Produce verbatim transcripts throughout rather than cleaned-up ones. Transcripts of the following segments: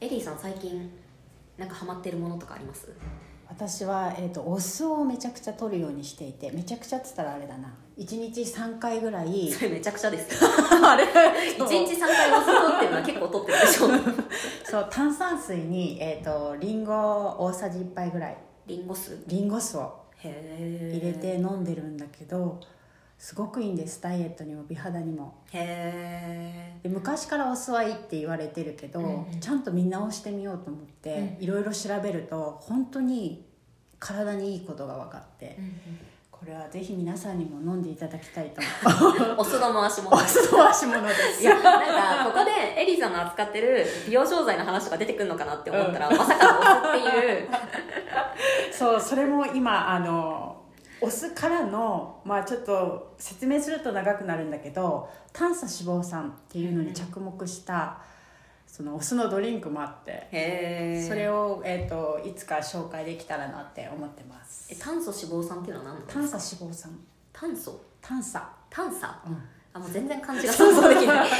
エリーさん最近なんかハマってるものとかあります？ 私は、えーと、お酢をめちゃくちゃ取るようにしていて、めちゃくちゃっつったらあれだな、いちにちさんかいぐらい。 それめちゃくちゃですよあれいちにちさんかいお酢取ってるのは結構取ってるでしょそう炭酸水に、えーと、リンゴ大さじいっぱいぐらい、 リンゴ酢リンゴ酢をへ入れて飲んでるんだけど、すごくいいんです、ダイエットにも美肌にも。 へで昔からお酢はいいって言われてるけど、うんうん、ちゃんと見直してみようと思っていろいろ調べると本当に体にいいことが分かって、うんうん、これはぜひ皆さんにも飲んでいただきたいと思ってお酢の回し物お酢の回し物ですいやなんかここでエリーさんの扱ってる美容商材の話とか出てくるのかなって思ったら、うん、まさかのお酢っていうそう、それも今あのお酢からの、まあちょっと説明すると長くなるんだけど、短鎖脂肪酸っていうのに着目した、うん、そのお酢のドリンクもあって、 へそれを、えーと、いつか紹介できたらなって思ってます。 え、短鎖脂肪酸っていうのは何なんですか？ 短鎖脂肪酸、 炭素炭鎖炭鎖、うん、あ、もう全然漢字が想像できない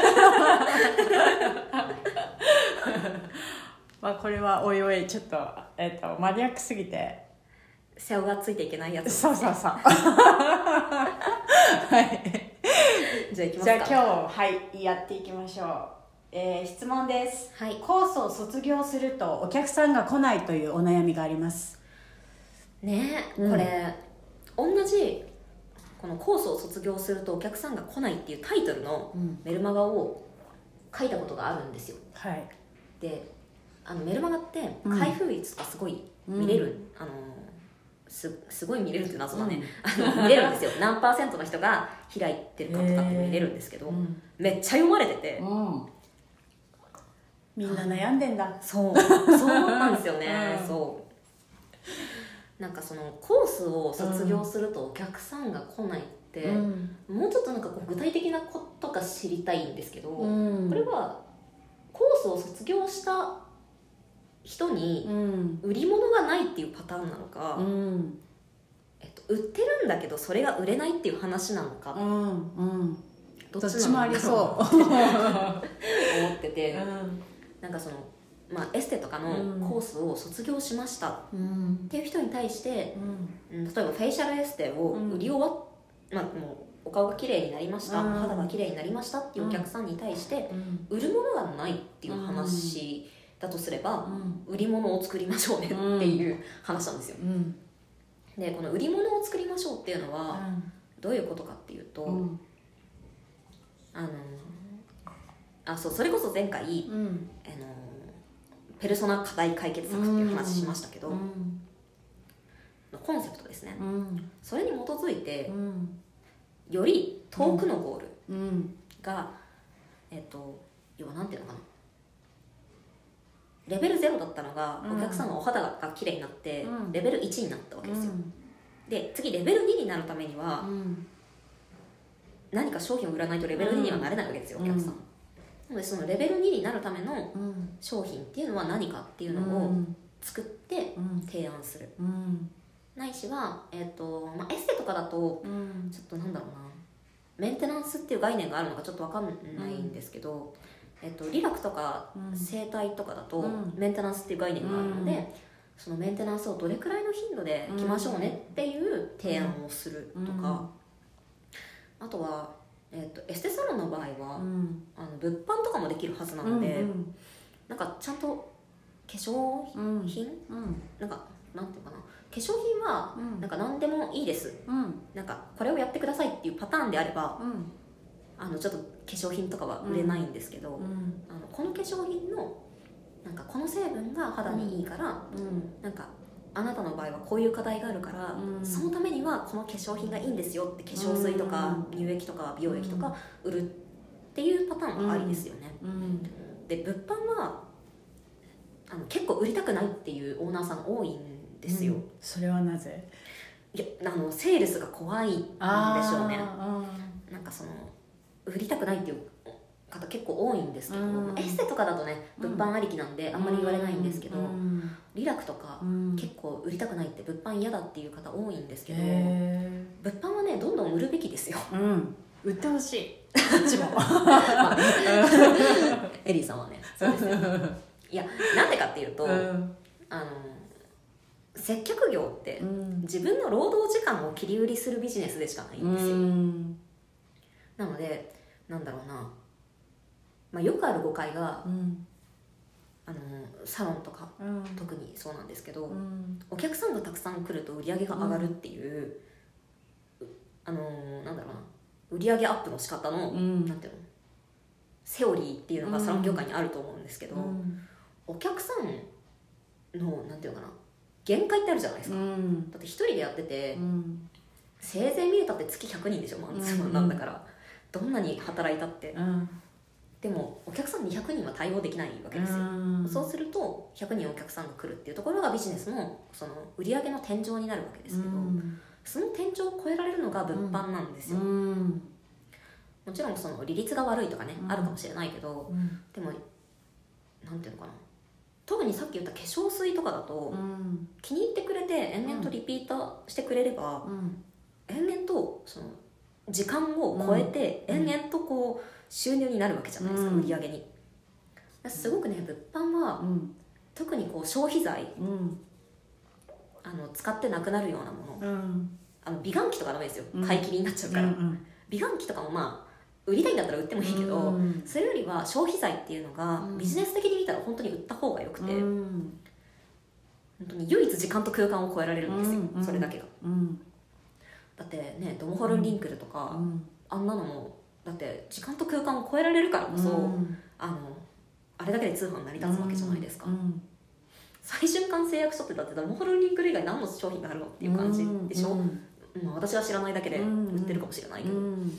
まあこれはおいおいちょっと、えーと、マニアックすぎて背負がついていけないやつ、ね、 そうそうそうはいじゃあいきますか。 じゃあ今日はいやっていきましょう。えー、質問です、はい、コースを卒業するとお客さんが来ないというお悩みがありますねえ、うん、これ同じこのコースを卒業するとお客さんが来ないっていうタイトルのメルマガを書いたことがあるんですよ、 うん、はい。 であのメルマガって開封率がすごい見れる、うん、あのす, すごい見れるって謎だね、うん、あの見れるんですよ何パーセントの人が開いてるかとかって見れるんですけど、うん、めっちゃ読まれてて、うん、 みんな悩んでんだ。 そうそうなんですよね、うん、そうなんかそのコースを卒業するとお客さんが来ないって、うん、もうちょっとなんかこう具体的なことが知りたいんですけど、うん、これはコースを卒業した人に売り物がないっていうパターンなのか、うんえっと、売ってるんだけどそれが売れないっていう話なのか、うんうん、 どっちもありそう思ってて、うん、なんかその、まあ、エステとかのコースを卒業しましたっていう人に対して、うん、例えばフェイシャルエステを売り終わっ、まあ、もうお顔が綺麗になりました、うん、肌が綺麗になりましたっていうお客さんに対して売るものがないっていう話だとすれば、うん、売り物を作りましょうねっていう話なんですよ、うん、でこの売り物を作りましょうっていうのはどういうことかっていうと、うん、あのあそうそれこそ前回、うん、あのペルソナ課題解決策っていう話しましたけど、うん、コンセプトですね、うん、それに基づいて、うん、より遠くのゴールが、うん、えっと要はなんていうのかな、レベルゼロだったのがお客さんのお肌が綺麗になってレベルいちになったわけですよ、うん、で次レベルにになるためには何か商品を売らないとレベルににはなれないわけですよ、うん、お客さん。なのでそのレベルにになるための商品っていうのは何かっていうのを作って提案する、うん、ないしは、えーとまあ、エステとかだとちょっとなんだろうな、メンテナンスっていう概念があるのかちょっと分かんないんですけど、えっと、リラクとか整体とかだとメンテナンスっていう概念があるので、うん、そのメンテナンスをどれくらいの頻度で来ましょうねっていう提案をするとか、あとは、えっと、エステサロンの場合は、うん、あの物販とかもできるはずなので、うんうん、なんかちゃんと化粧品、うん、なんかなんていうかな、化粧品はなんか何でもいいです、うん、なんかこれをやってくださいっていうパターンであれば、うんあのちょっと化粧品とかは売れないんですけど、うん、あのこの化粧品のなんかこの成分が肌にいいから、うん、なんかあなたの場合はこういう課題があるから、うん、そのためにはこの化粧品がいいんですよって化粧水とか乳液とか美容液とか売るっていうパターンはありですよね、うんうん、で物販はあの結構売りたくないっていうオーナーさん多いんですよ、うん、 それはなぜ？ いやあのセールスが怖いんでしょうね。なんかその売りたくないっていう方結構多いんですけど、うん、エステとかだとね物販ありきなんであんまり言われないんですけど、うん、リラクとか、うん、結構売りたくないって物販嫌だっていう方多いんですけど、物販はねどんどん売るべきですよ、 うん、売ってほしいこっちも、 まあ、エリーさんはねそうですよいやなんでかっていうと、 うん、 あの接客業って、うん、自分の労働時間を切り売りするビジネスでしかないんですよ、うん、なのでなんだろうな、まあ、よくある誤解が、うん、あのサロンとか、うん、特にそうなんですけど、うん、お客さんがたくさん来ると売り上げが上がるっていう、うん、あのなんだろうな売り上げアップの仕方の、うん、なんていうのセオリーっていうのがサロン業界にあると思うんですけど、うん、お客さんのなんていうのかな限界ってあるじゃないですか、うん、だって一人でやってて、うん、せいぜい見れたって月ひゃくにんでしょ、マンツーマンなんだから、どんなに働いたって、うん、でもお客さんにひゃくにんは対応できないわけですよ、うん、そうするとひゃくにんお客さんが来るっていうところがビジネスのその売り上げの天井になるわけですけど、うん、その天井を超えられるのが物販なんですよ、うん、もちろんその利率が悪いとかね、うん、あるかもしれないけど、うん、でもなんていうのかな、特にさっき言った化粧水とかだと、うん、気に入ってくれて延々とリピーターしてくれれば、うん、延々とその時間を超えて、うん、延々とこう収入になるわけじゃないですか、うん、売り上げに。すごくね物販は、うん、特にこう消費財、うん、あの使ってなくなるようなもの、うん、あの美顔器とかダメですよ、買い切りになっちゃうから、うんうん、美顔器とかもまあ売りたいんだったら売ってもいいけど、うん、それよりは消費財っていうのがビジネス的に見たら本当に売った方がよくて、うん、本当に唯一時間と空間を超えられるんですよ、うん、それだけが、うん、だってねドモホルンリンクルとか、うん、あんなのもだって時間と空間を超えられるからこそ、うん、あのあれだけで通販成り立つわけじゃないですか、うんうん、最瞬間製薬所ってだってドモホルンリンクル以外何の商品があるのっていう感じでしょ、うんまあ、私は知らないだけで売ってるかもしれないけど、うんうん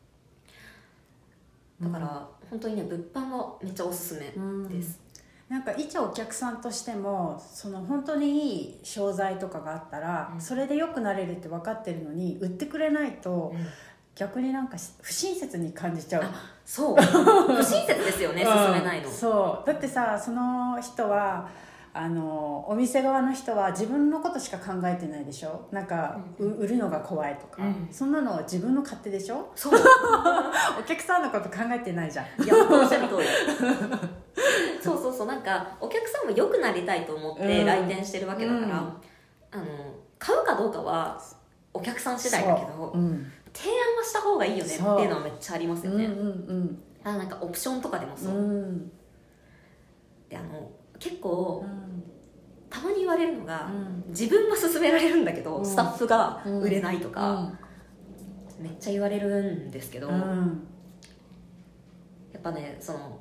だから、うん、本当にね物販はめっちゃおすすめです、 うん、なんか一お客さんとしてもその本当にいい商材とかがあったら、うん、それで良くなれるって分かってるのに売ってくれないと、うん、逆になんか不親切に感じちゃう。あそう不親切ですよね勧めないの、 うん、そうだってさその人はあのお店側の人は自分のことしか考えてないでしょ、なんか、うん、売るのが怖いとか、うん、そんなのは自分の勝手でしょ。そうお客さんのこと考えてないじゃん。 いやおっしゃる通りそうそうそうなんかお客さんも良くなりたいと思って来店してるわけだから、うん、あの買うかどうかはお客さん次第だけど、うん、提案はした方がいいよねっていうのはめっちゃありますよね、うんうんうん、あなんかオプションとかでもそう、うん、であの結構、うん、たまに言われるのが、うん、自分が勧められるんだけど、うん、スタッフが売れないとか、うん、めっちゃ言われるんですけど、うん、やっぱねその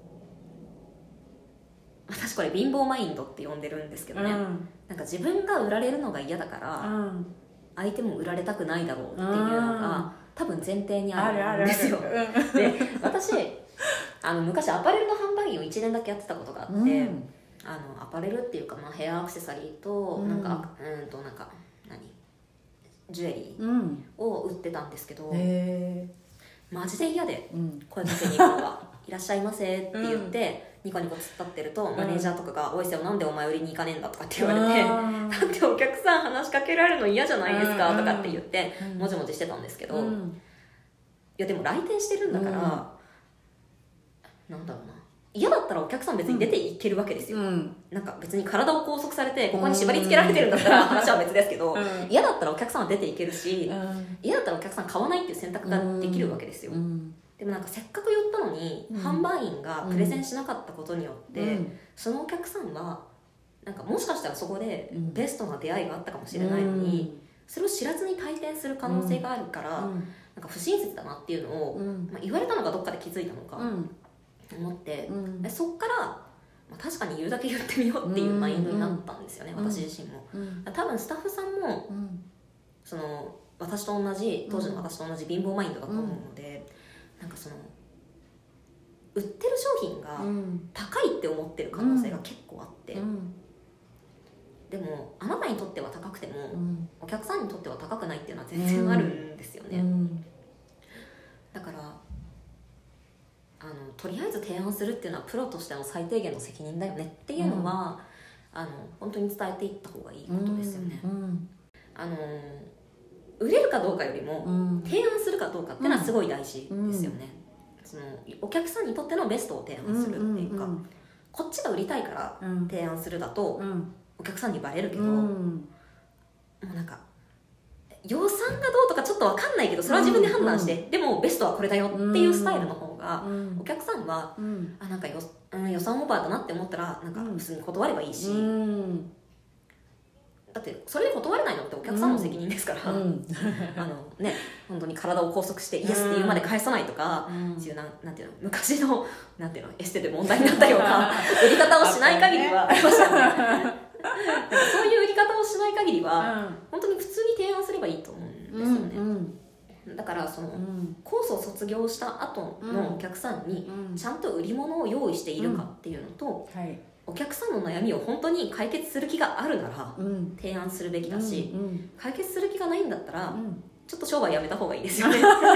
私これ貧乏マインドって呼んでるんですけどね、うん、なんか自分が売られるのが嫌だから、うん、相手も売られたくないだろうっていうのが多分前提にあるんですよ。で私あの昔アパレルの販売員をいちねんだけやってたことがあって、うん、あのアパレルっていうか、まあ、ヘアアクセサリーとなんか、うん、うんとなんか何ジュエリーを売ってたんですけど、うん、マジで嫌で、うん、声かけに行くのがいらっしゃいませって言って、うん、ニコニコ突っ立ってると、うん、マネージャーとかが「おいせよなんでお前売りに行かねえんだ」とかって言われて「だってお客さん話しかけられるの嫌じゃないですか」とかって言ってもじもじしてたんですけど、うん、いやでも来店してるんだから、うん、なんだろうな嫌だったらお客さん別に出ていけるわけですよ、うん、なんか別に体を拘束されてここに縛り付けられてるんだったら話は別ですけど、うん、嫌だったらお客さんは出ていけるし、うん、嫌だったらお客さん買わないっていう選択ができるわけですよ、うん、でもなんかせっかく言ったのに、うん、販売員がプレゼンしなかったことによって、うん、そのお客さんはなんかもしかしたらそこでベストな出会いがあったかもしれないのに、うん、それを知らずに退店する可能性があるから、うん、なんか不親切だなっていうのを、うんまあ、言われたのがどっかで気づいたのか、うん思って、うん、そっから、まあ、確かに言うだけ言ってみようっていうマインドになったんですよね、うん、私自身も、うん、多分スタッフさんも、うん、その私と同じ当時の私と同じ貧乏マインドだと思うので、うん、なんかその売ってる商品が高いって思ってる可能性が結構あって、うん、でもあなたにとっては高くても、うん、お客さんにとっては高くないっていうのは全然あるんですよね、うん、だからあのとりあえず提案するっていうのはプロとしての最低限の責任だよねっていうのは、うん、あの本当に伝えていった方がいいことですよね、うんうん、あの売れるかどうかよりも、うん、提案するかどうかっていうのはすごい大事ですよね、うん、そのお客さんにとってのベストを提案するっていうか、うんうんうん、 こっちが売りたいから提案するだと、うん、お客さんにバレるけど、うん、もうなんか予算がどうとかちょっと分かんないけどそれは自分で判断して、うん、でもベストはこれだよっていうスタイルの方が、うん、お客さんは、うん、あなんかよ、うん、予算オーバーだなって思ったらなんか普通に断ればいいし、うん、だってそれで断れないのってお客さんの責任ですから、うん、あのね本当に体を拘束してイエスって言うまで返さないとか、うん、そういうなんなんていうの昔のなんていうのエステで問題になったような売り方をしない限りはありましたよねそういう売り方をしない限りは、うん、本当に普通に提案すればいいと思うんですよね、うんうん、だからその、うん、コースを卒業した後のお客さんにちゃんと売り物を用意しているかっていうのと、うんはい、お客さんの悩みを本当に解決する気があるなら提案するべきだし、うんうん、解決する気がないんだったら、うん、ちょっと商売やめた方がいいですよね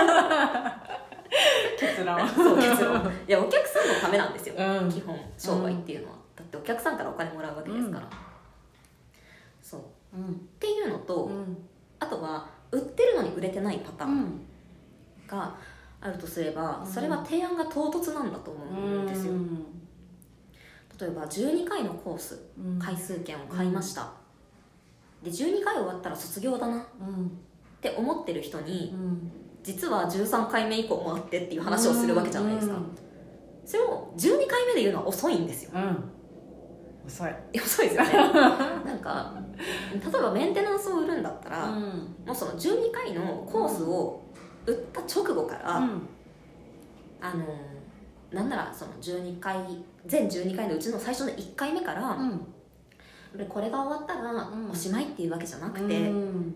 結論そう結論いやお客さんのためなんですよ、うん、基本商売っていうのは、だってお客さんからお金もらうわけですから、うんそううん、っていうのと、うん、あとは売ってるのに売れてないパターンがあるとすれば、うん、それは提案が唐突なんだと思うんですよ、うん、例えばじゅうにかいのコース、うん、回数券を買いました、うん、でじゅうにかい終わったら卒業だな、うん、って思ってる人に、うん、実はじゅうさんかいめ以降もあってっていう話をするわけじゃないですか、うん、それをじゅうにかいめで言うのは遅いんですよ、うん遅い遅いですよねなんか例えばメンテナンスを売るんだったら、うん、もうそのじゅうにかいのコースを売った直後から、うん、あのなんならそのじゅうにかい全じゅうにかいのうちの最初のいっかいめから、うん、これが終わったらおしまいっていうわけじゃなくて、うん、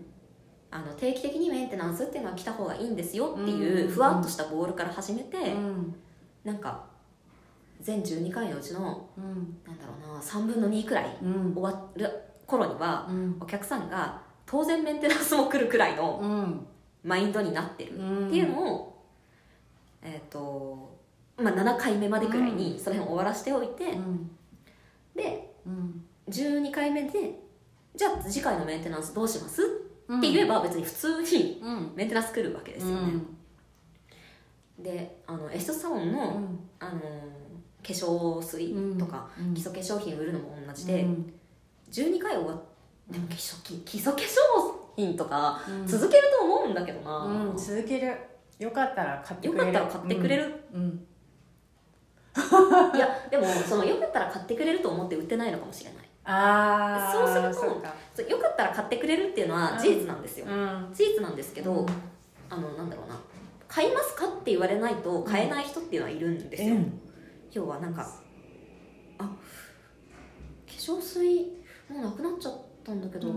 あの定期的にメンテナンスっていうのは来た方がいいんですよっていうふわっとしたボールから始めて、うん、なんか全じゅうにかいのうちの、うん、なんだろうなさんぶんのにくらい終わる頃には、うん、お客さんが当然メンテナンスも来るくらいのマインドになってるっていうのを、うん、えっ、ー、とまあななかいめまでくらいにその辺を終わらせておいて、うん、で、うん、じゅうにかいめでじゃあ次回のメンテナンスどうしますって言えば別に普通にメンテナンス来るわけですよね、であのエステサロンの、あの化粧水とか、うん、基礎化粧品売るのも同じで、うん、じゅうにかい終わっても基礎、基礎化粧品とか続けると思うんだけどな、 うん、続けるよかったら買ってくれるよかったら買ってくれる、うんうん、いやでもそのよかったら買ってくれると思って売ってないのかもしれない。あそうするとそうよかったら買ってくれるっていうのは事実なんですよ、うん、事実なんですけど、うん、あのなんだろうな買いますかって言われないと買えない人っていうのはいるんですよ、うん要はなんかあ化粧水もうなくなっちゃったんだけど、うんうん、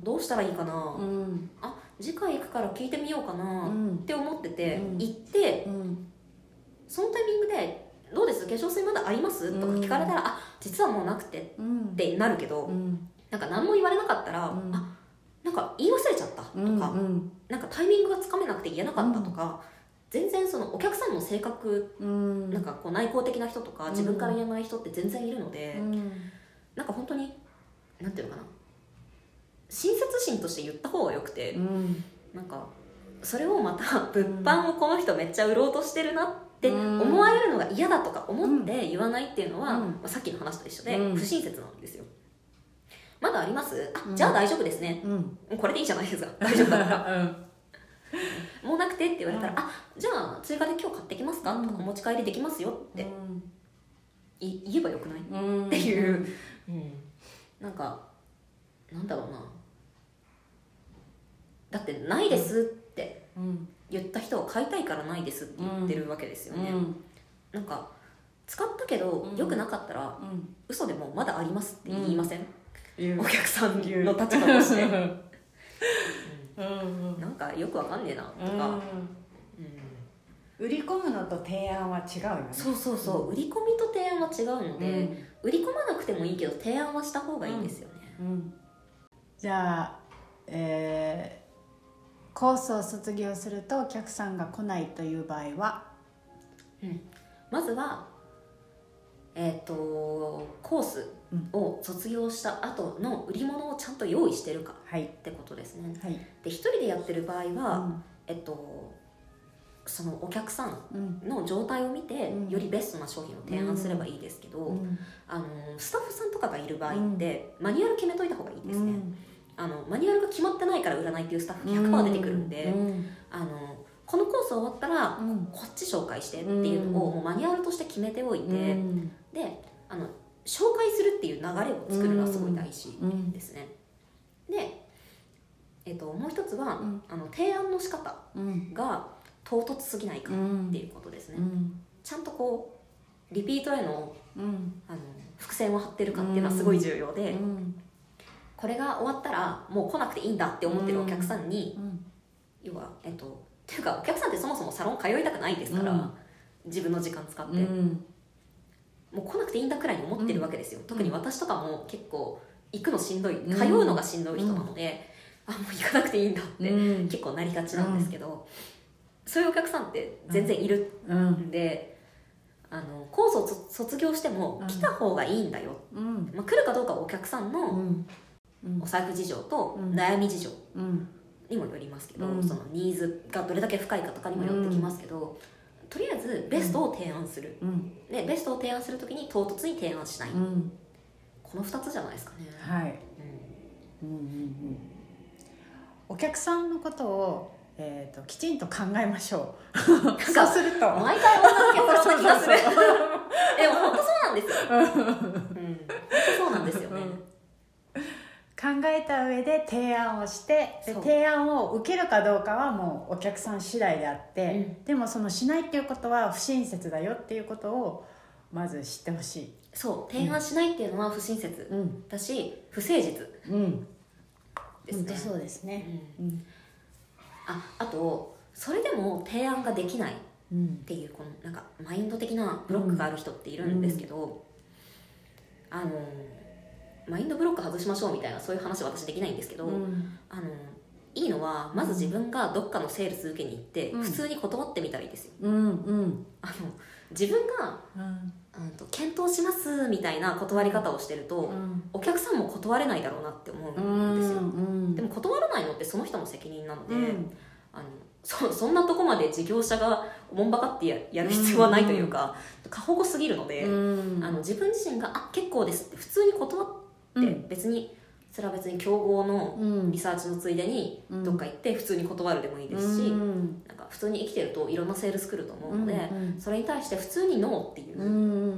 どうしたらいいかな、うん、あ次回行くから聞いてみようかな、うん、って思ってて、うん、行って、うん、そのタイミングでどうです化粧水まだあります、うん、とか聞かれたらあ実はもうなくて、うん、ってなるけど、うん、なんか何も言われなかったら、うん、あなんか言い忘れちゃったとか、うんうん、なんかタイミングがつかめなくて言えなかったとか、うん全然そのお客さんの性格、うん、なんかこう内向的な人とか自分から言えない人って全然いるので、うん、なんか本当になんていうのかな親切心として言った方がよくて、うん、なんかそれをまた物販をこの人めっちゃ売ろうとしてるなって思われるのが嫌だとか思って言わないっていうのは、うんまあ、さっきの話と一緒で不親切なんですよ。まだありますあ、じゃあ大丈夫ですね、うん、これでいいじゃないですか大丈夫だから、うんもうなくてって言われたら、うん、あじゃあ追加で今日買ってきますか、うん、とかお持ち帰りできますよって、うん、い言えばよくない、うん、っていう、うん、なんかなんだろうなだってないですって言った人は買いたいからないですって言ってるわけですよね、うん、なんか使ったけど良くなかったら、うん、嘘でもまだありますって言いません、うん、お客さんの立場としてうん、なんかよくわかんねえなとか、うんうん、 売り込むのと提案は違うよね。 そうそうそう、うん、売り込みと提案は違うので、うん、売り込まなくてもいいけど提案はした方がいいんですよね、うんうん、 じゃあ、えー、コースを卒業するとお客さんが来ないという場合は、 うん、まずはえー、とコースを卒業した後の売り物をちゃんと用意してるかってことですね、はい、で一人でやってる場合は、うんえっと、 そのお客さんの状態を見て、うん、よりベストな商品を提案すればいいですけど、うん、あのスタッフさんとかがいる場合って、うん、マニュアル決めといた方がいいですね、うん、あのマニュアルが決まってないから売らないっていうスタッフ ひゃくパーセント 出てくるんで、うん、あのこのコース終わったら、うん、こっち紹介してっていうのをもうマニュアルとして決めておいて、うん、であの紹介するっていう流れを作るのはすごい大事ですね、うん、で、えー、ともう一つは、うん、あの提案の仕方が唐突すぎないかっていうことですね、うん、ちゃんとこうリピートへの、うん、あの伏線を張ってるかっていうのはすごい重要で、うん、これが終わったらもう来なくていいんだって思ってるお客さんに、うん、要はえっとっていうかお客さんってそもそもサロン通いたくないですから、うん、自分の時間使って、うん、もう来なくていいんだくらいに思ってるわけですよ、うん、特に私とかも結構行くのしんどい、通うのがしんどい人なので、うん、あもう行かなくていいんだって結構なりがちなんですけど、うん、そういうお客さんって全然いるんで、うん、あのコースを卒業しても来た方がいいんだよ、うんまあ、来るかどうかはお客さんのお財布事情と悩み事情にもよりますけど、うん、そのニーズがどれだけ深いかとかにもよってきますけど、うん、とりあえずベストを提案する、うん、でベストを提案するときに唐突に提案しない、うん、このふたつじゃないですかね。はい、うんうんうんうん、 お客さんのことを、えー、ときちんと考えましょうそうすると毎回同じ結論な気がするでも本当そうなんですよ、うん、本当そうなんですよね、うん考えた上で提案をしてで提案を受けるかどうかはもうお客さん次第であって、うん、でもそのしないっていうことは不親切だよっていうことをまず知ってほしい。 そう提案しないっていうのは不親切だし、うん、不誠実ですね、 うん、そうですね、うんうん、 あ, あとそれでも提案ができないっていうこのなんかマインド的なブロックがある人っているんですけど、うんうん、あのマインドブロック外しましょうみたいなそういう話は私できないんですけど、うん、あのいいのはまず自分がどっかのセールス受けに行って普通に断ってみたらいいですよ、うんうん、あの自分が、うん、と検討しますみたいな断り方をしてると、うん、お客さんも断れないだろうなって思うんですよ、うんうん、でも断らないのってその人の責任なので、うん、あの そ, そんなとこまで事業者がおもんばかって や, やる必要はないというか、うん、過保護すぎるので、うん、あの自分自身があ結構ですって普通に断ってで別にそれは別に競合のリサーチのついでにどっか行って普通に断るでもいいですし、うん、なんか普通に生きてるといろんなセールス来ると思うので、うんうん、それに対して普通にノーっていう、うんうんうん、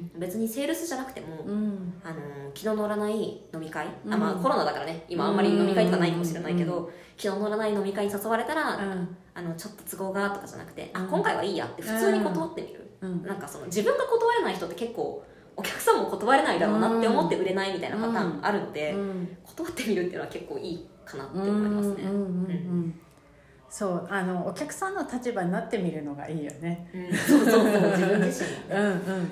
別にセールスじゃなくても、うん、あの気の乗らない飲み会、うんあまあ、コロナだからね今あんまり飲み会とかないかもしれないけど、うん、気の乗らない飲み会に誘われたら、うん、あのちょっと都合がとかじゃなくて、うん、あ今回はいいやって普通に断ってみる、うん、なんかその自分が断れない人って結構お客さんも断れないだろうなって思って売れないみたいなパターンあるので、うん、断ってみるっていうのは結構いいかなって思いますね。 そうあのお客さんの立場になってみるのがいいよね、 うん、そうそうそう自分自身も、ねうんうん、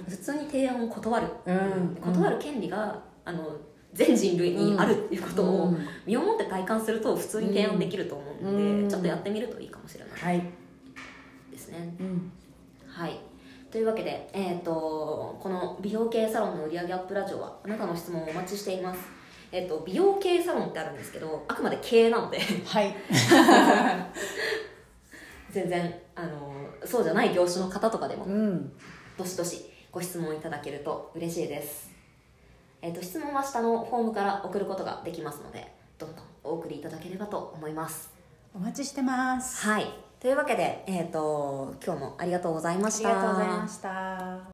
普通に提案を断る、うん、断る権利があの全人類にあるっていうことを身をもって体感すると普通に提案できると思うので、うん、ちょっとやってみるといいかもしれない、はい、ですね、うん、はいというわけで、えー、とこの美容系サロンの売上アップラジオはあなたの質問をお待ちしています。えー、と美容系サロンってあるんですけどあくまで系なので、はい、全然あのそうじゃない業種の方とかでも、うん、どしどしご質問いただけると嬉しいです。えー、と質問は下のフォームから送ることができますのでどんどんお送りいただければと思います。 お待ちしてます。 はいというわけで、えー、と今日もありがとうございました。 ありがとうございました。